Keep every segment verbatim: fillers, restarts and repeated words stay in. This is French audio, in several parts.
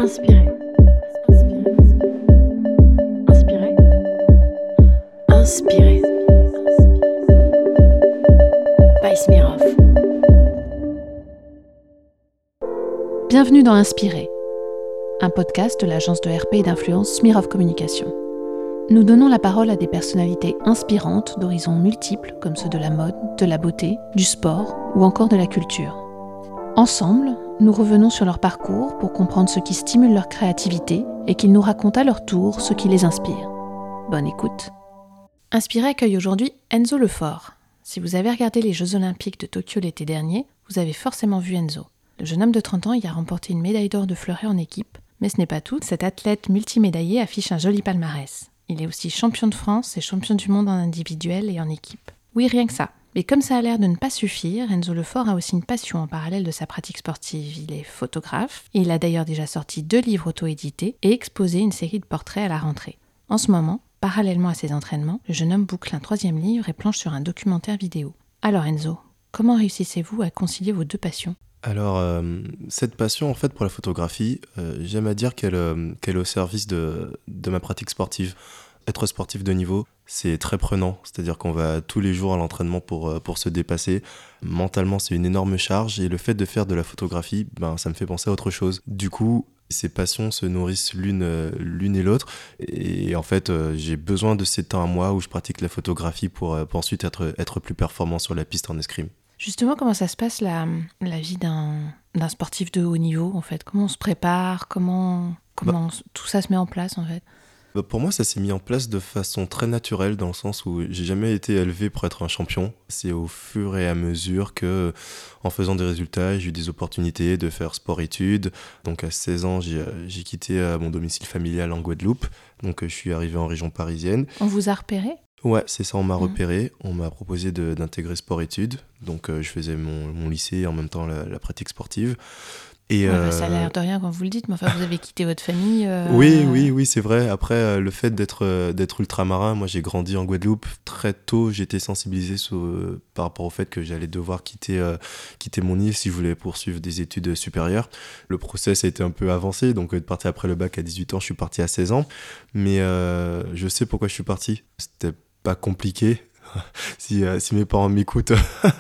Inspirez. Inspirez. Inspirez. By Smirov. Bienvenue dans Inspirez, un podcast de l'agence de R P et d'influence Smirov Communication. Nous donnons la parole à des personnalités inspirantes d'horizons multiples comme ceux de la mode, de la beauté, du sport ou encore de la culture. Ensemble, nous revenons sur leur parcours pour comprendre ce qui stimule leur créativité et qu'ils nous racontent à leur tour ce qui les inspire. Bonne écoute. Inspirez accueille aujourd'hui Enzo Lefort. Si vous avez regardé les Jeux Olympiques de Tokyo l'été dernier, vous avez forcément vu Enzo. Le jeune homme de trente ans y a remporté une médaille d'or de fleuret en équipe. Mais ce n'est pas tout, cet athlète multimédaillé affiche un joli palmarès. Il est aussi champion de France et champion du monde en individuel et en équipe. Oui, rien que ça. Mais comme ça a l'air de ne pas suffire, Enzo Lefort a aussi une passion en parallèle de sa pratique sportive. Il est photographe. Il a d'ailleurs déjà sorti deux livres auto-édités et exposé une série de portraits à la rentrée. En ce moment, parallèlement à ses entraînements, le jeune homme boucle un troisième livre et planche sur un documentaire vidéo. Alors Enzo, comment réussissez-vous à concilier vos deux passions ? Alors, euh, cette passion, en fait, pour la photographie, euh, j'aime à dire qu'elle, euh, qu'elle est au service de, de ma pratique sportive. Être sportif de niveau, c'est très prenant. C'est-à-dire qu'on va tous les jours à l'entraînement pour, pour se dépasser. Mentalement, c'est une énorme charge. Et le fait de faire de la photographie, ben, ça me fait penser à autre chose. Du coup, ces passions se nourrissent l'une, euh, l'une et l'autre. Et en fait, euh, j'ai besoin de ces temps à moi où je pratique la photographie pour, euh, pour ensuite être, être plus performant sur la piste en escrime. Justement, comment ça se passe la, la vie d'un, d'un sportif de haut niveau, en fait ? Comment on se prépare ? Comment, comment bah, tout ça se met en place, en fait ? Bah pour moi, ça s'est mis en place de façon très naturelle, dans le sens où j'ai jamais été élevé pour être un champion. C'est au fur et à mesure que, en faisant des résultats, j'ai eu des opportunités de faire sport-études. Donc à seize ans, j'ai, j'ai quitté mon domicile familial en Guadeloupe. Donc je suis arrivé en région parisienne. On vous a repéré ? Ouais, c'est ça, on m'a repéré, on m'a proposé de, d'intégrer sport-études, donc euh, je faisais mon, mon lycée et en même temps la, la pratique sportive. Et ouais, euh... bah, ça a l'air de rien quand vous le dites, mais enfin vous avez quitté votre famille. Euh... Oui, oui, oui, c'est vrai. Après, euh, le fait d'être, euh, d'être ultramarin, moi j'ai grandi en Guadeloupe. Très tôt, j'étais sensibilisé sur, euh, par rapport au fait que j'allais devoir quitter, euh, quitter mon île si je voulais poursuivre des études supérieures. Le process a été un peu avancé, donc de partir après le bac à dix-huit ans, je suis parti à seize ans. Mais euh, je sais pourquoi je suis parti. C'était pas compliqué. si, euh, si mes parents m'écoutent,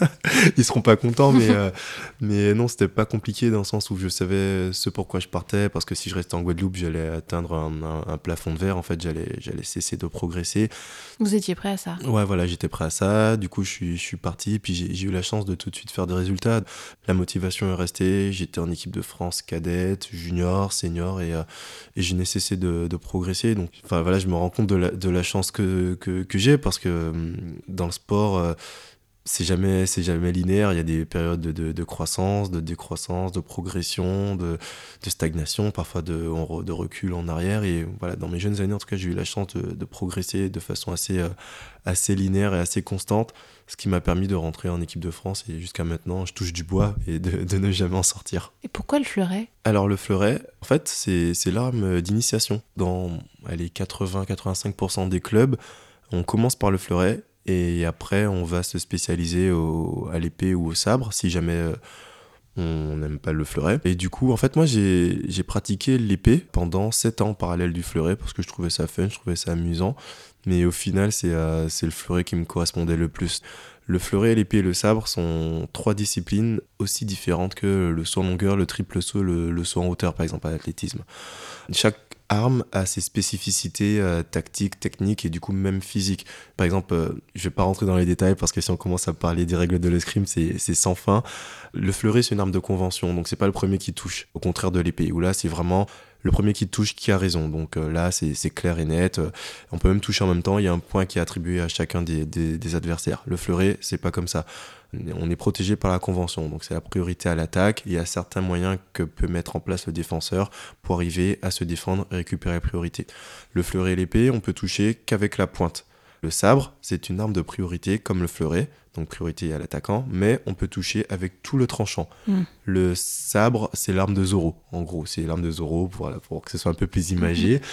ils seront pas contents, mais, euh, mais non, c'était pas compliqué dans le sens où je savais ce pourquoi je partais, parce que si je restais en Guadeloupe, j'allais atteindre un, un, un plafond de verre, en fait, j'allais, j'allais cesser de progresser. Vous étiez prêt à ça ? Ouais, voilà, j'étais prêt à ça, du coup, je suis, je suis parti, puis j'ai, j'ai eu la chance de tout de suite faire des résultats. La motivation est restée, j'étais en équipe de France cadette, junior, senior, et, euh, et je n'ai cessé de, de progresser. Donc, enfin, voilà, je me rends compte de la, de la chance que, que, que j'ai, parce que dans le sport, euh, c'est jamais, c'est jamais linéaire. Il y a des périodes de, de, de croissance, de décroissance, de progression, de, de stagnation, parfois de, de recul en arrière. Et voilà, dans mes jeunes années, en tout cas, j'ai eu la chance de, de progresser de façon assez, euh, assez linéaire et assez constante, ce qui m'a permis de rentrer en équipe de France. Et jusqu'à maintenant, je touche du bois et de, de ne jamais en sortir. Et pourquoi le fleuret ? Alors, le fleuret, en fait, c'est, c'est l'arme d'initiation. Dans allez, quatre-vingts à quatre-vingt-cinq pour cent des clubs, on commence par le fleuret. Et après, on va se spécialiser au, à l'épée ou au sabre, si jamais euh, on n'aime pas le fleuret. Et du coup, en fait, moi, j'ai, j'ai pratiqué l'épée pendant sept ans en parallèle du fleuret, parce que je trouvais ça fun, je trouvais ça amusant. Mais au final, c'est, euh, c'est le fleuret qui me correspondait le plus. Le fleuret, l'épée et le sabre sont trois disciplines aussi différentes que le saut en longueur, le triple saut, le, le saut en hauteur, par exemple, à l'athlétisme. Chaque arme a ses spécificités euh, tactiques, techniques et du coup même physiques. Par exemple, euh, je vais pas rentrer dans les détails parce que si on commence à parler des règles de l'escrime, c'est, c'est sans fin. Le fleuret, c'est une arme de convention, donc c'est pas le premier qui touche, au contraire de l'épée, où là c'est vraiment le premier qui touche qui a raison. Donc euh, là, c'est, c'est clair et net. Euh, on peut même toucher en même temps, il y a un point qui est attribué à chacun des, des, des adversaires. Le fleuret, c'est pas comme ça. On est protégé par la convention, donc c'est la priorité à l'attaque. Il y a certains moyens que peut mettre en place le défenseur pour arriver à se défendre et récupérer la priorité. Le fleuret et l'épée, on peut toucher qu'avec la pointe. Le sabre, c'est une arme de priorité comme le fleuret, donc priorité à l'attaquant, mais on peut toucher avec tout le tranchant. Mm. Le sabre, c'est l'arme de Zorro, en gros, c'est l'arme de Zorro pour, pour que ce soit un peu plus imagé.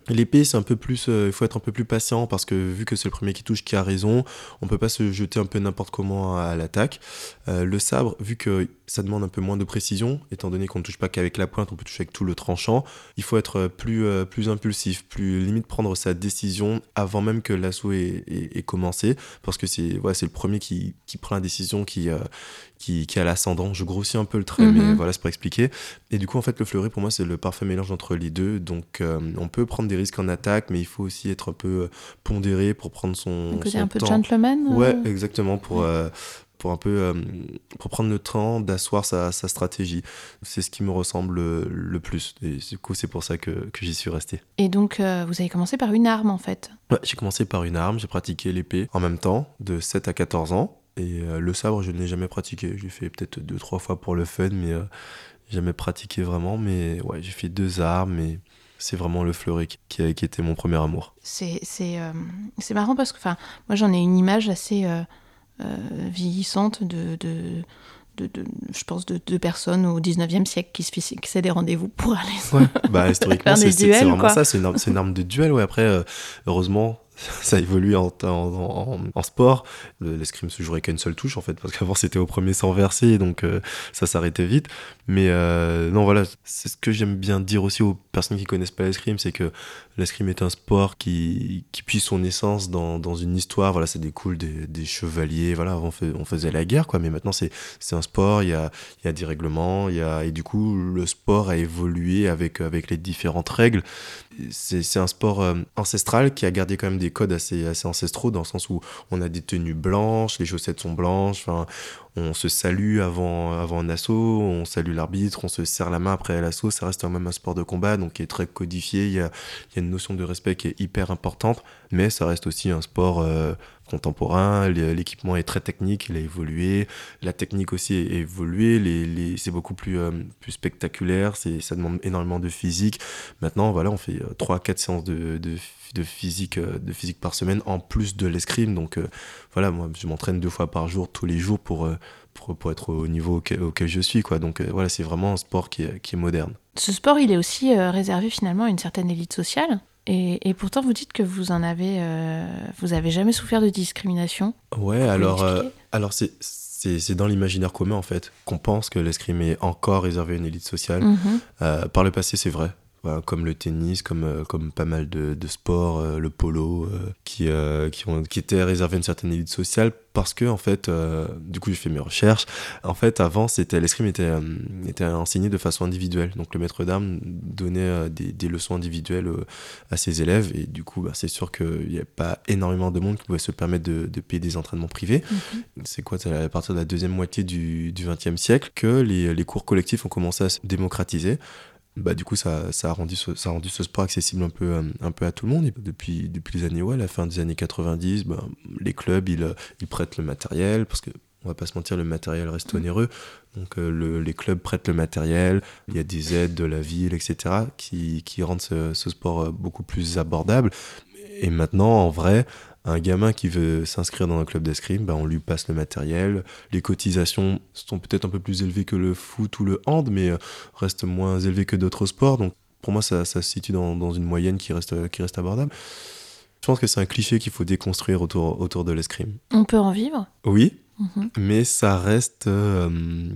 L'épée, c'est un peu plus, euh, il faut être un peu plus patient parce que vu que c'est le premier qui touche qui a raison, on peut pas se jeter un peu n'importe comment à, à l'attaque. Euh, le sabre, vu que ça demande un peu moins de précision, étant donné qu'on ne touche pas qu'avec la pointe, on peut toucher avec tout le tranchant, il faut être plus, euh, plus impulsif, plus limite prendre sa décision avant même que l'assaut ait, ait, ait commencé, parce que c'est, ouais, c'est le premier qui, qui prend la décision, qui, euh, qui, qui a l'ascendant. Je grossis un peu le trait, mm-hmm. mais voilà, c'est pour expliquer. Et du coup, en fait, le fleuret, pour moi, c'est le parfait mélange entre les deux. Donc, euh, on peut prendre des risques en attaque, mais il faut aussi être un peu pondéré pour prendre son, côté son un peu temps. gentleman. Ouais, euh... exactement, pour... Ouais. Euh, pour un peu euh, pour prendre le temps d'asseoir sa, sa stratégie. C'est ce qui me ressemble le, le plus. Et du coup, c'est pour ça que, que j'y suis resté. Et donc, euh, vous avez commencé par une arme, en fait. Ouais, j'ai commencé par une arme. J'ai pratiqué l'épée en même temps, de sept à quatorze ans. Et euh, le sabre, je ne l'ai jamais pratiqué. J'ai fait peut-être deux, trois fois pour le fun, mais euh, jamais pratiqué vraiment. Mais ouais, j'ai fait deux armes et c'est vraiment le fleuret qui, qui, a, qui était mon premier amour. C'est, c'est, euh, c'est marrant parce que moi, j'en ai une image assez... Euh... Euh, vieillissante de, de, de, de, je pense, de, de personnes au dix-neuvième siècle qui se fixaient des rendez-vous pour aller ouais, bah, historiquement, c'est, c'est, duels, c'est vraiment quoi. ça, c'est une, arme, c'est une arme de duel. Ouais. Après, euh, heureusement, ça évolue en, en, en, en sport. Le, l'escrime se jouerait qu'à une seule touche, en fait, parce qu'avant, c'était au premier sans verser, donc euh, ça s'arrêtait vite. Mais euh, non, voilà, c'est ce que j'aime bien dire aussi aux personnes qui connaissent pas l'escrime, c'est que l'escrime est un sport qui, qui puise son essence dans, dans une histoire. Voilà, ça découle des, des chevaliers. Voilà, avant, on, fait, on faisait la guerre, quoi, mais maintenant, c'est, c'est un sport, il y a, il y a des règlements, il y a, et du coup, le sport a évolué avec, avec les différentes règles. C'est, c'est un sport euh, ancestral qui a gardé quand même des codes assez, assez ancestraux, dans le sens où on a des tenues blanches, les chaussettes sont blanches, enfin, on se salue avant, avant un assaut, on salue l'arbitre, on se serre la main après l'assaut, ça reste quand même un sport de combat, donc qui est très codifié, il y a, il y a une notion de respect qui est hyper importante, mais ça reste aussi un sport euh, contemporain, l'équipement est très technique, il a évolué, la technique aussi a évolué, les, les, c'est beaucoup plus, euh, plus spectaculaire, c'est, ça demande énormément de physique. Maintenant, voilà, on fait trois à quatre séances de, de, de, physique, de physique par semaine, en plus de l'escrime, donc euh, voilà, moi je m'entraîne deux fois par jour, tous les jours, pour, euh, pour, pour être au niveau auquel, auquel je suis, quoi. Donc euh, voilà, c'est vraiment un sport qui est, qui est moderne. Ce sport, il est aussi euh, réservé finalement à une certaine élite sociale. Et, et pourtant, vous dites que vous en avez, euh, vous avez jamais souffert de discrimination. Ouais, alors, euh, alors c'est, c'est, c'est dans l'imaginaire commun en fait qu'on pense que l'escrime est encore réservé à une élite sociale. Mm-hmm. Euh, par le passé, c'est vrai. Voilà, comme le tennis, comme, euh, comme pas mal de, de sports, euh, le polo, euh, qui, euh, qui, ont, qui étaient réservés à une certaine élite sociale, parce que, en fait, euh, du coup, j'ai fait mes recherches. En fait, avant, c'était, l'escrime était, euh, était enseigné de façon individuelle. Donc, le maître d'armes donnait euh, des, des leçons individuelles euh, à ses élèves. Et du coup, bah, c'est sûr qu'il n'y avait pas énormément de monde qui pouvait se permettre de, de payer des entraînements privés. Mm-hmm. C'est quoi, c'est à partir de la deuxième moitié du, du vingtième siècle que les, les cours collectifs ont commencé à se démocratiser. Bah, du coup, ça, ça, a rendu ce, ça a rendu ce sport accessible un peu, un peu à tout le monde. Et depuis, depuis les années, ouais, la fin des années quatre-vingt-dix, bah, les clubs, ils, ils prêtent le matériel, parce que, on va pas se mentir, le matériel reste onéreux. Donc, euh, le, les clubs prêtent le matériel, il y a des aides de la ville, et cetera, qui, qui rendent ce, ce sport beaucoup plus abordable. Et maintenant, en vrai, un gamin qui veut s'inscrire dans un club d'escrime, bah on lui passe le matériel. Les cotisations sont peut-être un peu plus élevées que le foot ou le hand, mais restent moins élevées que d'autres sports. Donc pour moi, ça, ça se situe dans, dans une moyenne qui reste, qui reste abordable. Je pense que c'est un cliché qu'il faut déconstruire autour, autour de l'escrime. On peut en vivre ? Oui, mmh. mais ça reste, euh,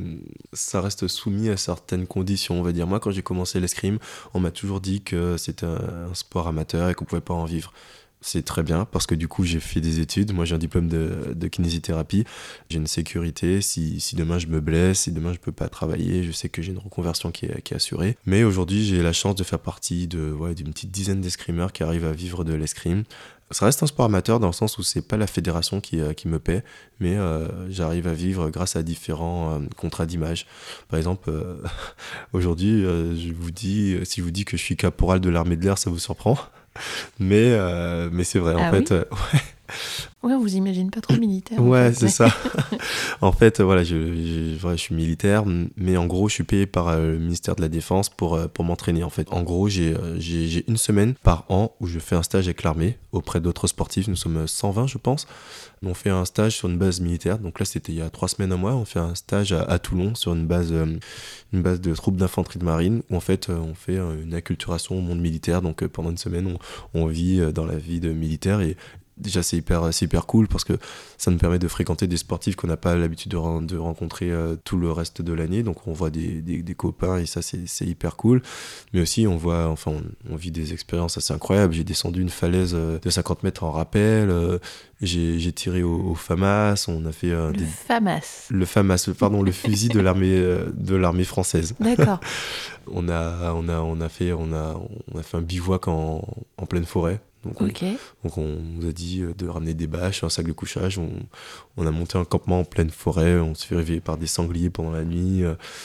ça reste soumis à certaines conditions, on va dire. Moi, quand j'ai commencé l'escrime, on m'a toujours dit que c'était un, un sport amateur et qu'on ne pouvait pas en vivre. C'est très bien parce que du coup j'ai fait des études, moi j'ai un diplôme de, de kinésithérapie, j'ai une sécurité, si, si demain je me blesse, si demain je peux pas travailler, je sais que j'ai une reconversion qui est, qui est assurée. Mais aujourd'hui j'ai la chance de faire partie de, ouais, d'une petite dizaine d'escrimeurs qui arrivent à vivre de l'escrime. Ça reste un sport amateur dans le sens où c'est pas la fédération qui, euh, qui me paie, mais euh, j'arrive à vivre grâce à différents euh, contrats d'image. Par exemple, euh, aujourd'hui, euh, je vous dis, si je vous dis que je suis caporal de l'armée de l'air, ça vous surprend ? Mais, euh, mais c'est vrai, en ah fait. Oui euh, ouais. Ouais, on vous imagine pas trop militaire. Ouais, en fait. c'est ça. En fait, voilà, je, je, voilà, je suis militaire, mais en gros, je suis payé par euh, le ministère de la Défense pour, euh, pour m'entraîner, en fait. En gros, j'ai, euh, j'ai, j'ai une semaine par an où je fais un stage avec l'armée auprès d'autres sportifs. Nous sommes cent vingt, je pense. On fait un stage sur une base militaire. Donc là, c'était il y a trois semaines, un mois. On fait un stage à, à Toulon sur une base, euh, une base de troupes d'infanterie de marine où en fait, euh, on fait euh, une acculturation au monde militaire. Donc euh, pendant une semaine, on, on vit euh, dans la vie de militaire et déjà, c'est hyper, c'est hyper cool parce que ça nous permet de fréquenter des sportifs qu'on n'a pas l'habitude de, re- de rencontrer euh, tout le reste de l'année. Donc, on voit des, des, des copains et ça, c'est, c'est hyper cool. Mais aussi, on voit, enfin, on, on vit des expériences assez incroyables. J'ai descendu une falaise euh, de cinquante mètres en rappel. Euh, j'ai, j'ai tiré au, au FAMAS. On a fait euh, Le des... FAMAS. Le FAMAS, pardon, le fusil de l'armée, euh, de l'armée française. D'accord. On a, on a, on a fait, on a, on a fait un bivouac en, en pleine forêt. Donc, Ok. on, donc on nous a dit de ramener des bâches, un sac de couchage. On, on a monté un campement en pleine forêt. On se fait réveiller par des sangliers pendant la nuit.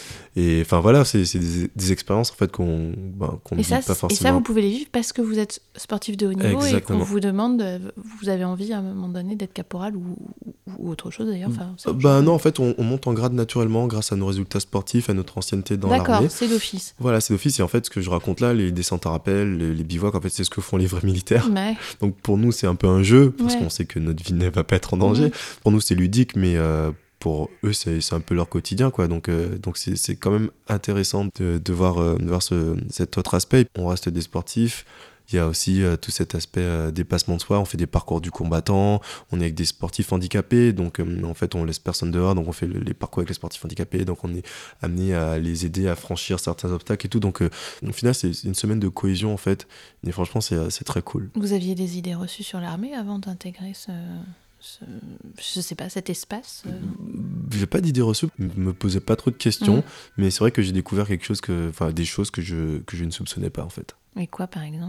Et enfin voilà, c'est, c'est des, des expériences en fait qu'on ben, qu'on ne vit pas forcément. Et ça, vous pouvez les vivre parce que vous êtes sportif de haut niveau. Exactement. Et qu'on vous demande, vous avez envie à un moment donné d'être caporal ou, ou autre chose d'ailleurs. Enfin, euh, bah non, en fait, on, on monte en grade naturellement grâce à nos résultats sportifs, à notre ancienneté dans D'accord, l'armée. D'accord, c'est d'office. Voilà, c'est d'office. Et en fait, ce que je raconte là, les descentes à rappel, les, les bivouacs, en fait, c'est ce que font les vrais militaires. Ouais. Donc pour nous, c'est un peu un jeu parce ouais. qu'on sait que notre vie ne va pas être en danger. Mmh. Pour nous, c'est ludique, mais euh, pour eux, c'est, c'est un peu leur quotidien, quoi. Donc, euh, donc c'est, c'est quand même intéressant de, de voir, euh, de voir ce, cet autre aspect. On reste des sportifs. Il y a aussi euh, tout cet aspect euh, dépassement de soi. On fait des parcours du combattant. On est avec des sportifs handicapés. Donc, euh, en fait, on laisse personne dehors. Donc, on fait le, les parcours avec les sportifs handicapés. Donc, on est amené à les aider à franchir certains obstacles et tout. Donc, euh, au final, c'est une semaine de cohésion, en fait. Et franchement, c'est, c'est très cool. Vous aviez des idées reçues sur l'armée avant d'intégrer ce... Ce, je sais pas, cet espace euh... J'ai pas d'idées reçues, me posais pas trop de questions, mmh. mais c'est vrai que j'ai découvert quelque chose que, enfin, des choses que je, que je ne soupçonnais pas en fait. Et quoi par exemple ?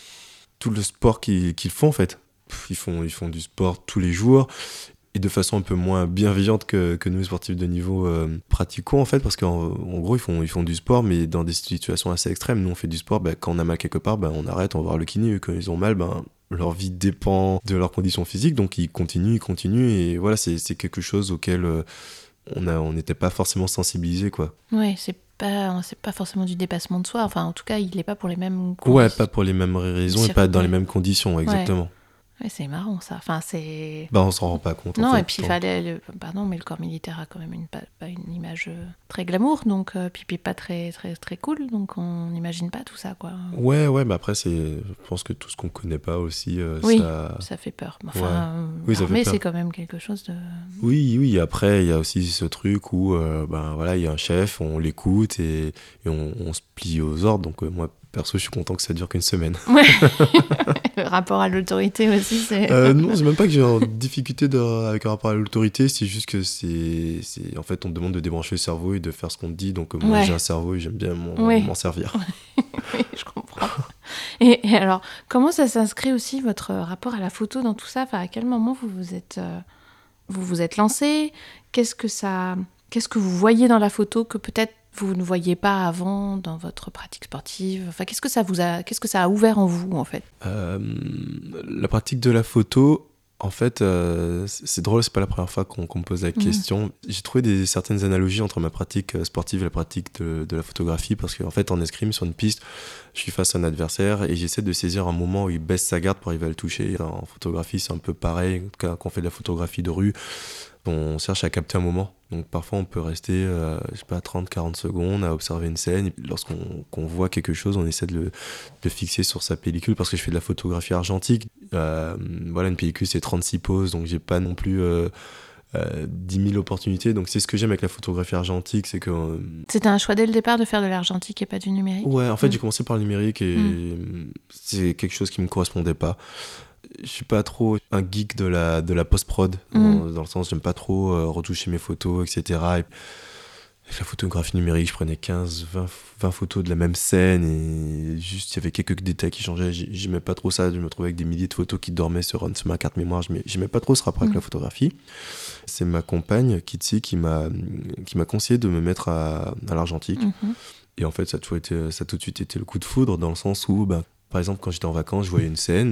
Tout le sport qu'ils, qu'ils font en fait. Ils font, ils font du sport tous les jours et de façon un peu moins bienveillante que, que nous sportifs de niveau euh, pratiquons en fait, parce qu'en en gros ils font, ils font du sport mais dans des situations assez extrêmes. Nous on fait du sport, bah, quand on a mal quelque part, bah, on arrête, on va voir le kiné, quand ils ont mal, ben... Bah, leur vie dépend de leurs conditions physiques, donc ils continuent, ils continuent, et voilà, c'est, c'est quelque chose auquel euh, on a, on n'était pas forcément sensibilisés, quoi. Ouais, c'est pas, c'est pas forcément du dépassement de soi, enfin, en tout cas, il n'est pas pour les mêmes conditions. Ouais, pas pour les mêmes raisons Sur... et pas dans les mêmes conditions, exactement. Ouais. Ouais, c'est marrant ça. Enfin, c'est... Bah, on s'en rend pas compte. Non, en fait, et puis il fallait. Le... Pardon, mais le corps militaire a quand même une, pas, pas une image euh, très glamour, donc, euh, puis, puis pas très, très, très cool, donc on n'imagine pas tout ça, quoi. Ouais, ouais, mais après, c'est... je pense que tout ce qu'on connaît pas aussi, euh, oui, ça... ça fait peur. Enfin, ouais. euh, oui, ça l'armée, fait peur. C'est quand même quelque chose de. Oui, oui, après, il y a aussi ce truc où, euh, ben voilà, il y a un chef, on l'écoute et, et on, on se plie aux ordres, donc euh, moi, perso, je suis content que ça dure qu'une semaine. Ouais. Le rapport à l'autorité aussi, c'est... euh, non, c'est même pas que j'ai en difficulté de, avec un rapport à l'autorité, c'est juste que c'est, c'est... En fait, on te demande de débrancher le cerveau et de faire ce qu'on te dit, donc euh, moi, ouais. j'ai un cerveau et j'aime bien m'en, ouais. m'en servir. Oui, je comprends. Et, et alors, comment ça s'inscrit aussi, votre rapport à la photo dans tout ça ? Enfin, à quel moment vous vous êtes, euh, vous vous êtes lancé ? Qu'est-ce que ça... Qu'est-ce que vous voyez dans la photo que peut-être vous ne voyiez pas avant dans votre pratique sportive ? Enfin, qu'est-ce que ça vous a, qu'est-ce que ça a ouvert en vous, en fait ? euh, La pratique de la photo, en fait, euh, c'est drôle, c'est pas la première fois qu'on, qu'on me pose la mmh. question. J'ai trouvé des, certaines analogies entre ma pratique sportive et la pratique de, de la photographie, parce qu'en fait, en escrime, sur une piste, je suis face à un adversaire et j'essaie de saisir un moment où il baisse sa garde pour arriver à le toucher. En photographie, c'est un peu pareil, quand on fait de la photographie de rue, on cherche à capter un moment. Donc parfois on peut rester, euh, je sais pas, trente à quarante secondes à observer une scène. Et lorsqu'on qu'on voit quelque chose, on essaie de le, de le fixer sur sa pellicule, parce que je fais de la photographie argentique. Euh, voilà, une pellicule c'est trente-six poses, donc j'ai pas non plus euh, euh, dix mille opportunités. Donc c'est ce que j'aime avec la photographie argentique, c'est que... Euh, C'était un choix dès le départ de faire de l'argentique et pas du numérique ? Ouais, en fait mmh. j'ai commencé par le numérique et mmh. c'est quelque chose qui me correspondait pas. Je suis pas trop un geek de la, de la post-prod, mmh. dans, dans le sens j'aime pas trop euh, retoucher mes photos, et cetera. Et avec la photographie numérique, je prenais quinze à vingt photos de la même scène et juste il y avait quelques détails qui changeaient. J'aimais pas trop ça, je me trouvais avec des milliers de photos qui dormaient sur, sur ma carte mémoire. J'aimais pas trop ce rapport mmh. avec la photographie. C'est ma compagne, Kitsi, qui m'a, qui m'a conseillé de me mettre à, à l'argentique. Mmh. Et en fait, ça a, toujours été, ça a tout de suite été le coup de foudre, dans le sens où, bah, par exemple, quand j'étais en vacances, je voyais une scène.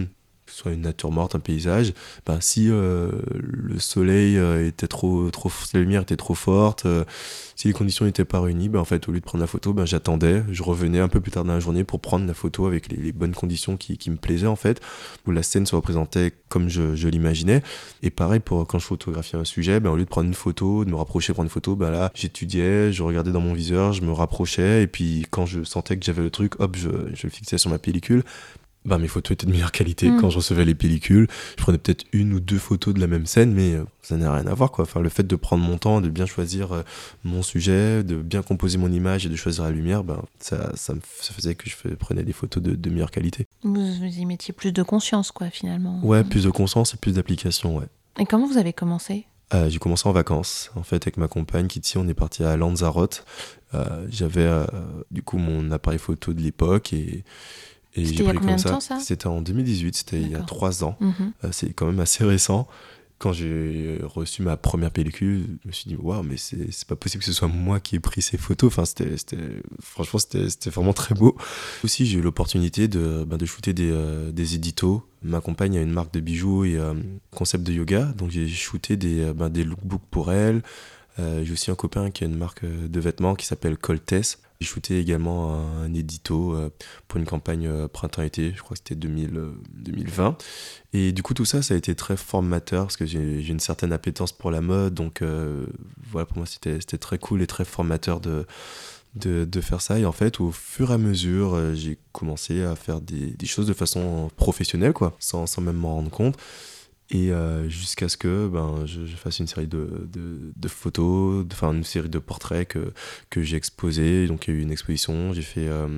que ce soit une nature morte, un paysage, ben, si euh, le soleil euh, était trop, trop, la lumière était trop forte, euh, si les conditions n'étaient pas réunies, ben, en fait, au lieu de prendre la photo, ben, j'attendais, je revenais un peu plus tard dans la journée pour prendre la photo avec les, les bonnes conditions qui, qui me plaisaient, en fait, où la scène se représentait comme je, je l'imaginais. Et pareil, pour, quand je photographiais un sujet, ben, au lieu de prendre une photo, de me rapprocher, prendre une photo, ben, là, j'étudiais, je regardais dans mon viseur, je me rapprochais, et puis quand je sentais que j'avais le truc, hop, je, je le fixais sur ma pellicule. Bah, mes photos étaient de meilleure qualité. Mmh. Quand je recevais les pellicules, je prenais peut-être une ou deux photos de la même scène, mais euh, ça n'a rien à voir, quoi. Enfin, le fait de prendre mon temps, de bien choisir euh, mon sujet, de bien composer mon image et de choisir la lumière, bah, ça, ça, me, ça faisait que je fais, prenais des photos de, de meilleure qualité. Vous, vous y mettiez plus de conscience, quoi, finalement. Ouais, plus de conscience et plus d'application, ouais. Et comment vous avez commencé ? Euh, j'ai commencé en vacances, en fait, avec ma compagne Kitty, on est parti à Lanzarote. Euh, j'avais euh, du coup mon appareil photo de l'époque et Et c'était j'ai il y a pris combien comme de ça. temps, ça ? C'était en deux mille dix-huit, c'était D'accord. il y a trois ans. Mm-hmm. Euh, c'est quand même assez récent. Quand j'ai reçu ma première pellicule, je me suis dit, waouh, mais c'est, c'est pas possible que ce soit moi qui ai pris ces photos. Enfin, c'était, c'était, franchement, c'était, c'était vraiment très beau. Aussi, j'ai eu l'opportunité de, ben, de shooter des, euh, des éditos. Ma compagne a une marque de bijoux et euh, concept de yoga. Donc, j'ai shooté des, ben, des lookbooks pour elle. Euh, j'ai aussi un copain qui a une marque de vêtements qui s'appelle Coltès. J'ai shooté également un, un édito euh, pour une campagne euh, printemps-été, je crois que c'était deux mille, euh, deux mille vingt. Et du coup, tout ça, ça a été très formateur parce que j'ai, j'ai une certaine appétence pour la mode. Donc euh, voilà, pour moi, c'était, c'était très cool et très formateur de, de, de faire ça. Et en fait, au fur et à mesure, euh, j'ai commencé à faire des, des choses de façon professionnelle, quoi, sans, sans même m'en rendre compte. Et euh, jusqu'à ce que ben, je, je fasse une série de, de, de photos, enfin une série de portraits que, que j'ai exposés. Donc il y a eu une exposition, j'ai fait euh,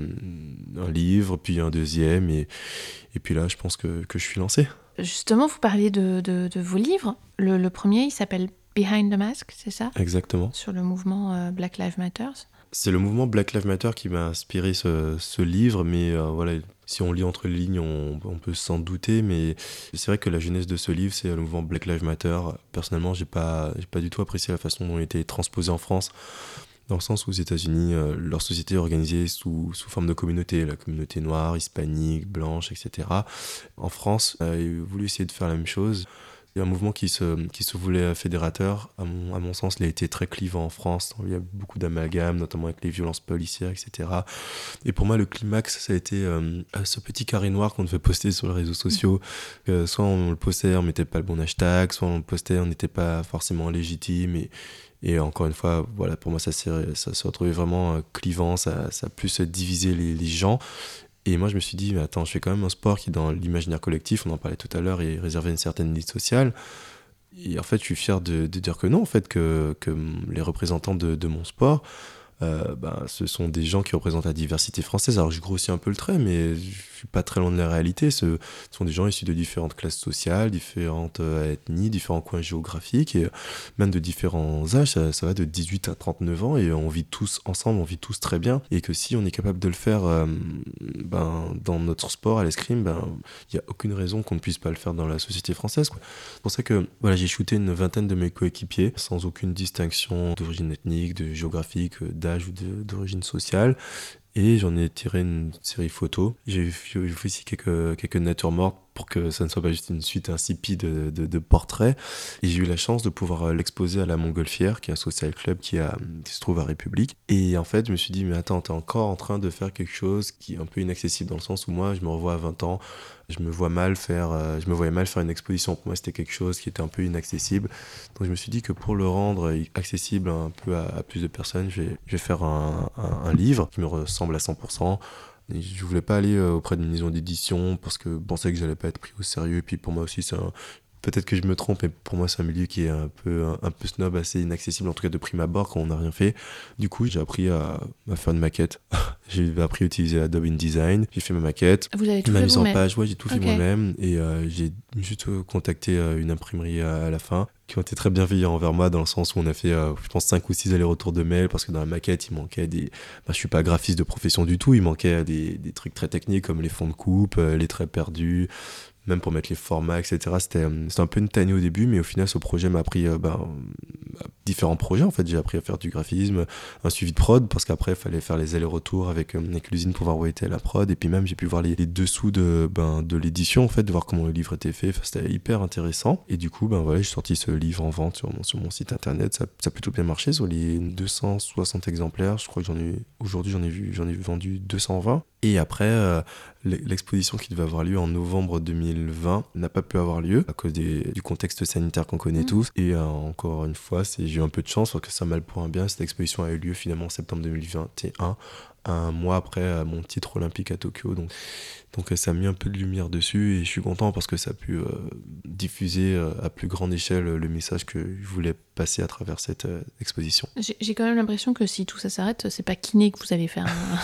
un livre, puis un deuxième, et, et puis là je pense que, que je suis lancé. Justement, vous parliez de, de, de vos livres. Le, le premier, il s'appelle Behind the Mask, c'est ça ? Exactement. Sur le mouvement euh, Black Lives Matter. C'est le mouvement Black Lives Matter qui m'a inspiré ce, ce livre, mais euh, voilà, si on lit entre les lignes, on, on peut s'en douter, mais c'est vrai que la genèse de ce livre, c'est le mouvement Black Lives Matter. Personnellement, j'ai pas, j'ai pas du tout apprécié la façon dont il était transposé en France, dans le sens où aux États-Unis, euh, leur société est organisée sous, sous forme de communauté, la communauté noire, hispanique, blanche, et cetera. En France, euh, ils ont voulu essayer de faire la même chose. Il y a un mouvement qui se, qui se voulait fédérateur. À mon, à mon sens, il a été très clivant en France. Il y a beaucoup d'amalgames, notamment avec les violences policières, et cetera. Et pour moi, le climax, ça a été euh, ce petit carré noir qu'on devait poster sur les réseaux sociaux. Euh, soit on le postait, on mettait pas le bon hashtag, soit on le postait, on n'était pas forcément légitime. Et, et encore une fois, voilà, pour moi, ça s'est, ça s'est retrouvé vraiment clivant. Ça, ça a plus divisé les, les gens. Et moi, je me suis dit, mais attends, je fais quand même un sport qui, dans l'imaginaire collectif, on en parlait tout à l'heure, est réservé à une certaine élite sociale. Et en fait, je suis fier de, de dire que non, en fait, que, que les représentants de, de mon sport, euh, ben, ce sont des gens qui représentent la diversité française. Alors, je grossis un peu le trait, mais je suis pas très loin de la réalité. Ce, ce sont des gens issus de différentes classes sociales, différentes euh, ethnies, différents coins géographiques, et même de différents âges. Ça, ça va de dix-huit à trente-neuf ans, et on vit tous ensemble, on vit tous très bien. Et que si on est capable de le faire euh, ben, dans notre sport, à l'escrime, ben, il n'y a aucune raison qu'on ne puisse pas le faire dans la société française, quoi. C'est pour ça que voilà, j'ai shooté une vingtaine de mes coéquipiers, sans aucune distinction d'origine ethnique, de géographique, d'âge ou de, d'origine sociale. Et j'en ai tiré une série photo. J'ai fait aussi quelques, quelques natures mortes pour que ça ne soit pas juste une suite insipide de, de, de portraits. Et j'ai eu la chance de pouvoir l'exposer à la Montgolfière, qui est un social club qui, a, qui se trouve à République. Et en fait, je me suis dit, mais attends, t'es encore en train de faire quelque chose qui est un peu inaccessible, dans le sens où moi, je me revois à vingt ans, je me vois mal faire, euh, je me voyais mal faire une exposition. Pour moi, c'était quelque chose qui était un peu inaccessible. Donc je me suis dit que pour le rendre accessible un peu à, à plus de personnes, je vais, je vais faire un, un, un livre qui me ressemble à cent pour cent. Et je voulais pas aller auprès d'une maison d'édition parce que je pensais que j'allais pas être pris au sérieux. Et puis pour moi aussi, c'est un... peut-être que je me trompe, mais pour moi, c'est un milieu qui est un peu, un, un peu snob, assez inaccessible, en tout cas de prime abord quand on n'a rien fait. Du coup, j'ai appris à, à faire une maquette. J'ai appris à utiliser Adobe InDesign. J'ai fait ma maquette. Vous avez tout ma fait mise en vous-même. page, ouais, j'ai tout okay. fait moi-même. Et euh, j'ai juste contacté euh, une imprimerie à, à la fin, qui ont été très bienveillants envers moi, dans le sens où on a fait, euh, je pense, cinq ou six allers-retours de mails, parce que dans la maquette, il manquait des... Bah, je suis pas graphiste de profession du tout, il manquait des, des trucs très techniques, comme les fonds de coupe, euh, les traits perdus, même pour mettre les formats, et cetera. C'était, c'était un peu une tannée au début, mais au final, ce projet m'a appris euh, ben, différents projets. En fait, j'ai appris à faire du graphisme, un suivi de prod, parce qu'après, il fallait faire les allers-retours avec, euh, avec l'usine pour voir où était la prod. Et puis même, j'ai pu voir les, les dessous de, ben, de l'édition, en fait, de voir comment le livre était fait. Enfin, c'était hyper intéressant. Et du coup, ben, voilà, j'ai sorti ce livre en vente sur mon, sur mon site internet. Ça, ça a plutôt bien marché sur les deux cent soixante exemplaires. Je crois que j'en ai, aujourd'hui, j'en ai, vu, j'en ai vendu deux cent vingt. Et après, euh, l'exposition qui devait avoir lieu en novembre deux mille vingt n'a pas pu avoir lieu à cause des, du contexte sanitaire qu'on connaît mmh. tous. Et euh, encore une fois, c'est, j'ai eu un peu de chance parce que ça mal pour un bien. Cette exposition a eu lieu finalement en septembre deux mille vingt et un, un mois après euh, mon titre olympique à Tokyo. Donc, donc euh, ça a mis un peu de lumière dessus et je suis content parce que ça a pu euh, diffuser euh, à plus grande échelle le message que je voulais passer à travers cette euh, exposition. J'ai, j'ai quand même l'impression que si tout ça s'arrête, c'est pas kiné que vous allez faire un...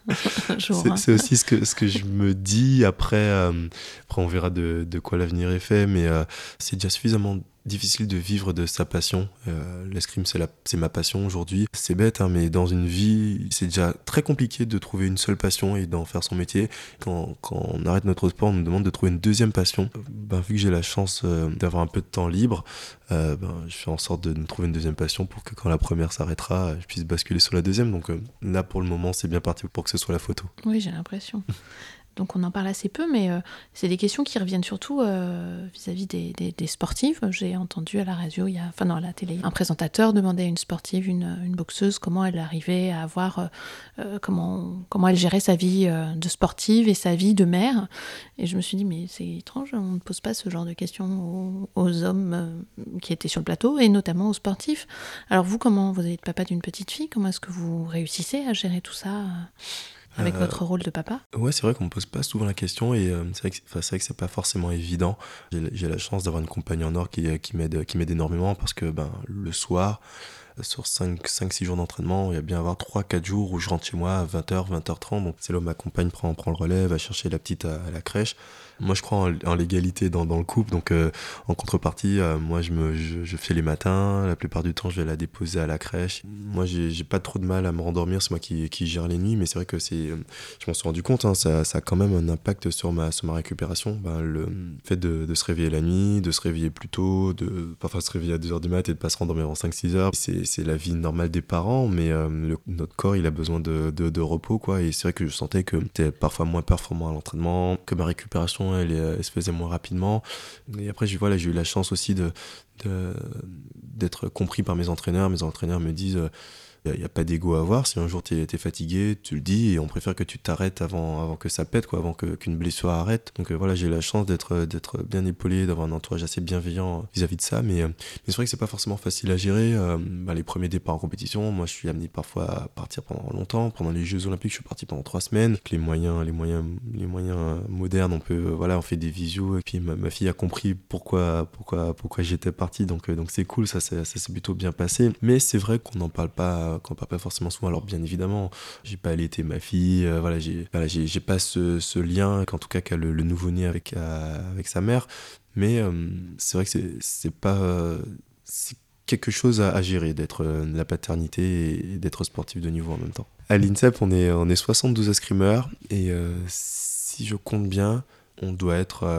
Jour, c'est, hein. c'est aussi ce que, ce que je me dis. Après, euh, après on verra de, de quoi l'avenir est fait, mais euh, c'est déjà suffisamment difficile de vivre de sa passion. Euh, l'escrime, c'est, la, c'est ma passion aujourd'hui. C'est bête, hein, mais dans une vie, c'est déjà très compliqué de trouver une seule passion et d'en faire son métier. Quand, quand on arrête notre sport, on nous demande de trouver une deuxième passion. Ben, vu que j'ai la chance euh, d'avoir un peu de temps libre, euh, ben, je fais en sorte de me trouver une deuxième passion pour que quand la première s'arrêtera, je puisse basculer sur la deuxième. Donc euh, là, pour le moment, c'est bien parti pour que ce soit la photo. Oui, j'ai l'impression. Donc on en parle assez peu, mais euh, c'est des questions qui reviennent surtout euh, vis-à-vis des, des, des sportives. J'ai entendu à la radio, il y a, enfin non, à la télé, un présentateur demandait à une sportive, une, une boxeuse, comment elle arrivait à avoir, euh, comment, comment elle gérait sa vie euh, de sportive et sa vie de mère. Et je me suis dit, mais c'est étrange, on ne pose pas ce genre de questions aux, aux hommes euh, qui étaient sur le plateau, et notamment aux sportifs. Alors vous, comment, vous êtes papa d'une petite fille, comment est-ce que vous réussissez à gérer tout ça euh avec euh, votre rôle de papa? Ouais, c'est vrai qu'on me pose pas souvent la question et euh, c'est vrai que c'est, c'est vrai que c'est pas forcément évident. J'ai, j'ai la chance d'avoir une compagne en or qui, qui m'aide, qui m'aide énormément parce que ben, le soir, sur cinq six jours d'entraînement, il y a bien avoir trois quatre jours où je rentre chez moi à vingt heures, vingt heures trente. Donc c'est là où ma compagne prend, prend le relais, va chercher la petite à, à la crèche. Moi, je crois en, en l'égalité dans, dans le couple. Donc, euh, en contrepartie, euh, moi, je, me, je, je fais les matins. La plupart du temps, je vais la déposer à la crèche. Moi, j'ai, j'ai pas trop de mal à me rendormir. C'est moi qui, qui gère les nuits. Mais c'est vrai que c'est, je m'en suis rendu compte, hein, ça, ça a quand même un impact sur ma, sur ma récupération. Ben, le fait de, de se réveiller la nuit, de se réveiller plus tôt, de parfois se réveiller à deux heures du mat et de pas se rendormir en cinq six heures. C'est, c'est la vie normale des parents. Mais euh, le, notre corps, il a besoin de, de, de repos, quoi. Et c'est vrai que je sentais que j'étais parfois moins performant à l'entraînement, que ma récupération Elle, elle se faisait moins rapidement. Et après, je, voilà, j'ai eu la chance aussi de, de, d'être compris par mes entraîneurs. Mes entraîneurs me disent il n'y a, a pas d'ego à avoir. Si un jour tu es fatigué, tu le dis et on préfère que tu t'arrêtes avant, avant que ça pète, quoi, avant que, qu'une blessure arrête. Donc euh, voilà, j'ai eu la chance d'être, d'être bien épaulé, d'avoir un entourage assez bienveillant vis-à-vis de ça. Mais, euh, mais c'est vrai que c'est pas forcément facile à gérer. Euh, bah, les premiers départs en compétition, moi je suis amené parfois à partir pendant longtemps. Pendant les Jeux Olympiques, je suis parti pendant trois semaines. Avec les moyens, les moyens, les moyens modernes, on peut, voilà, on fait des visios. Et puis ma, ma fille a compris pourquoi, pourquoi, pourquoi j'étais parti. Donc, euh, donc c'est cool, ça, ça, ça s'est plutôt bien passé. Mais c'est vrai qu'on n'en parle pas. Qu'on parle pas forcément souvent. Alors bien évidemment, j'ai pas allaité ma fille, euh, voilà, j'ai, voilà, j'ai, j'ai pas ce, ce lien, qu'en tout cas qu'a le, le nouveau-né avec, euh, avec sa mère, mais euh, c'est vrai que c'est, c'est pas... Euh, c'est quelque chose à, à gérer, d'être euh, la paternité et d'être sportif de niveau en même temps. À l'INSEP, on est, on est soixante-douze escrimeurs, et euh, si je compte bien, on doit être... Euh,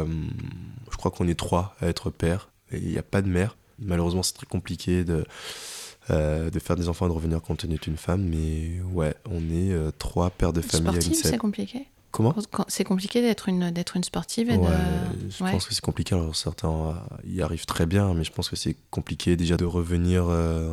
je crois qu'on est trois à être père, et il n'y a pas de mère. Malheureusement, c'est très compliqué de... Euh, de faire des enfants et de revenir compte tenu d'une femme, mais ouais, on est euh, trois pères de famille Sportive, à l'INSEP. C'est compliqué. Comment ? C'est compliqué d'être une, d'être une sportive et ouais, de... je ouais. pense que c'est compliqué. Alors certains euh, y arrivent très bien, mais je pense que c'est compliqué déjà de revenir euh,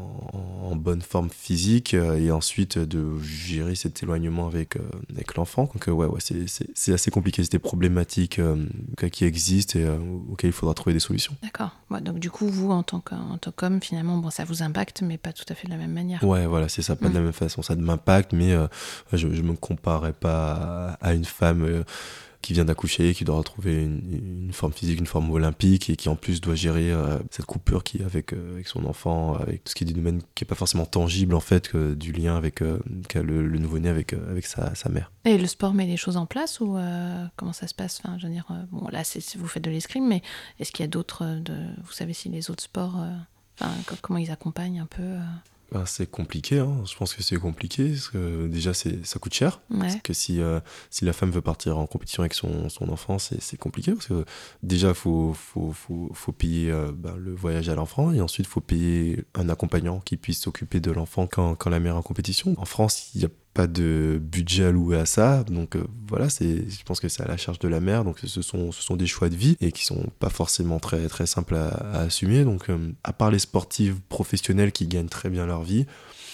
en, en bonne forme physique euh, et ensuite de gérer cet éloignement avec, euh, avec l'enfant. Donc euh, ouais, ouais c'est, c'est, c'est assez compliqué. C'est des problématiques euh, qui existent et euh, auxquelles il faudra trouver des solutions. D'accord. Ouais, donc du coup, vous, en tant, en tant qu'homme, finalement, bon, ça vous impacte, mais pas tout à fait de la même manière. Ouais, voilà, c'est ça, pas mmh. de la même façon. Ça m'impacte, mais euh, je ne me comparais pas à, à une femme euh, qui vient d'accoucher, qui doit retrouver une, une forme physique, une forme olympique, et qui en plus doit gérer euh, cette coupure qui est avec, euh, avec son enfant, avec tout ce qui est du domaine qui n'est pas forcément tangible, en fait, que, du lien avec euh, qu'a le, le nouveau-né avec, euh, avec sa, sa mère. Et le sport met les choses en place, ou euh, comment ça se passe ? Enfin, je veux dire, euh, bon, là, c'est, vous faites de l'escrime, mais est-ce qu'il y a d'autres, de, vous savez si les autres sports, euh, enfin, comment ils accompagnent un peu euh... Ben, c'est compliqué, hein. Je pense que c'est compliqué, parce que déjà, c'est, ça coûte cher. Ouais. Parce que si, euh, si la femme veut partir en compétition avec son, son enfant, c'est, c'est compliqué, parce que déjà, il faut, faut, faut, faut payer euh, ben, le voyage à l'enfant, et ensuite, il faut payer un accompagnant qui puisse s'occuper de l'enfant quand, quand la mère est en compétition. En France, il n'y a pas de budget alloué à ça, donc euh, voilà, c'est, je pense que c'est à la charge de la mère, donc ce sont, ce sont des choix de vie et qui sont pas forcément très, très simples à, à assumer. Donc euh, à part les sportifs professionnels qui gagnent très bien leur vie,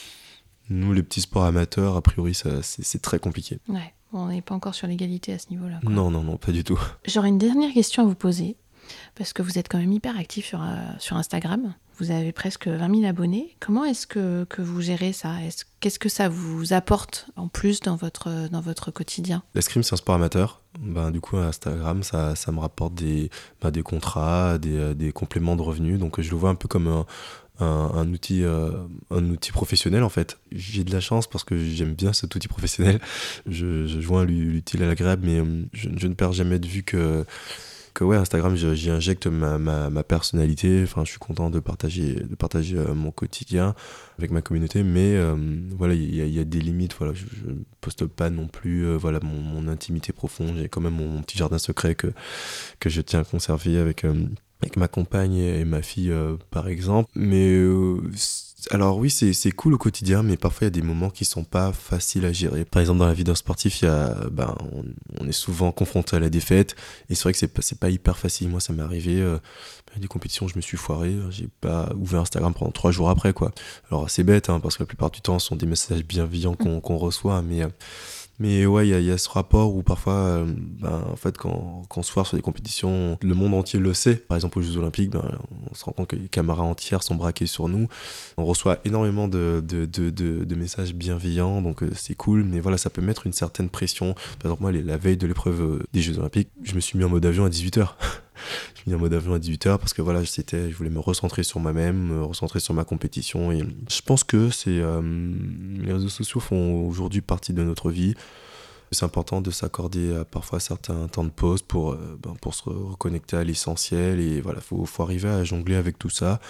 nous les petits sports amateurs, a priori ça, c'est, c'est très compliqué. Ouais, bon, on n'est pas encore sur l'égalité à ce niveau-là, quoi. Non, non, non, pas du tout. J'aurais une dernière question à vous poser, parce que vous êtes quand même hyper actif sur, euh, sur Instagram. Vous avez presque vingt mille abonnés. Comment est-ce que, que vous gérez ça ? Est-ce, Qu'est-ce que ça vous apporte en plus dans votre, dans votre quotidien ? L'escrime, c'est un sport amateur. Ben, du coup, Instagram, ça, ça me rapporte des, ben, des contrats, des, des compléments de revenus. Donc, je le vois un peu comme un, un, un, outil, euh, un outil professionnel, en fait. J'ai de la chance parce que j'aime bien cet outil professionnel. Je, je joins l'utile à l'agréable, mais je, je ne perds jamais de vue que... que ouais, Instagram, j'y injecte ma, ma, ma personnalité. Enfin, je suis content de partager, de partager euh, mon quotidien avec ma communauté, mais euh, voilà, il y, y a des limites. Voilà, je ne poste pas non plus euh, voilà, mon, mon intimité profonde. J'ai quand même mon, mon petit jardin secret que, que je tiens à conserver avec, euh, avec ma compagne et, et ma fille, euh, par exemple. Mais euh, alors oui, c'est, c'est cool au quotidien, mais parfois il y a des moments qui sont pas faciles à gérer. Par exemple, dans la vie d'un sportif, il y a, ben, on, on est souvent confronté à la défaite, et c'est vrai que c'est pas, c'est pas hyper facile. Moi, ça m'est arrivé, euh, des compétitions, je me suis foiré, j'ai pas ouvert Instagram pendant trois jours après, quoi. Alors c'est bête, hein, parce que la plupart du temps, ce sont des messages bienveillants qu'on, qu'on reçoit, mais... Euh, Mais ouais, il y, y a ce rapport où parfois, euh, ben, en fait, quand, quand on se foire sur des compétitions, le monde entier le sait. Par exemple, aux Jeux Olympiques, ben, on se rend compte que les caméras entières sont braquées sur nous. On reçoit énormément de, de, de, de, de messages bienveillants, donc euh, c'est cool. Mais voilà, ça peut mettre une certaine pression. Par exemple, moi, les, la veille de l'épreuve des Jeux Olympiques, je me suis mis en mode avion à dix-huit heures. Je me mis en mode avion à dix-huit heures parce que voilà, c'était, je voulais me recentrer sur moi-même, me recentrer sur ma compétition. Et je pense que c'est, euh, les réseaux sociaux font aujourd'hui partie de notre vie. C'est important de s'accorder à parfois certains temps de pause pour, euh, ben, pour se reconnecter à l'essentiel. Et voilà, il faut, faut arriver à jongler avec tout ça.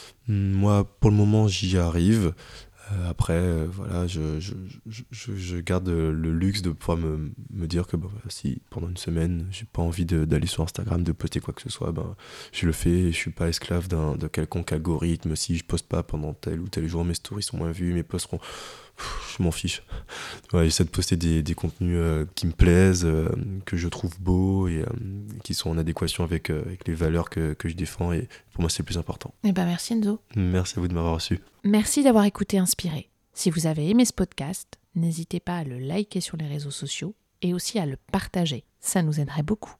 Moi, pour le moment, j'y arrive. Euh, après, euh, voilà, je, je, je, je garde le luxe de pouvoir me, me dire que ben, si pendant une semaine, j'ai pas envie de, d'aller sur Instagram, de poster quoi que ce soit, ben, je le fais et je suis pas esclave d'un, de quelconque algorithme. Si je poste pas pendant tel ou tel jour, mes stories sont moins vues, mes posts seront... Pff, je m'en fiche. Ouais, j'essaie de poster des, des contenus euh, qui me plaisent, euh, que je trouve beaux et euh, qui sont en adéquation avec, euh, avec les valeurs que, que je défends. Et pour moi, c'est le plus important. Eh ben, merci Enzo. Merci à vous de m'avoir reçu. Merci d'avoir écouté Inspiré. Si vous avez aimé ce podcast, n'hésitez pas à le liker sur les réseaux sociaux et aussi à le partager. Ça nous aiderait beaucoup.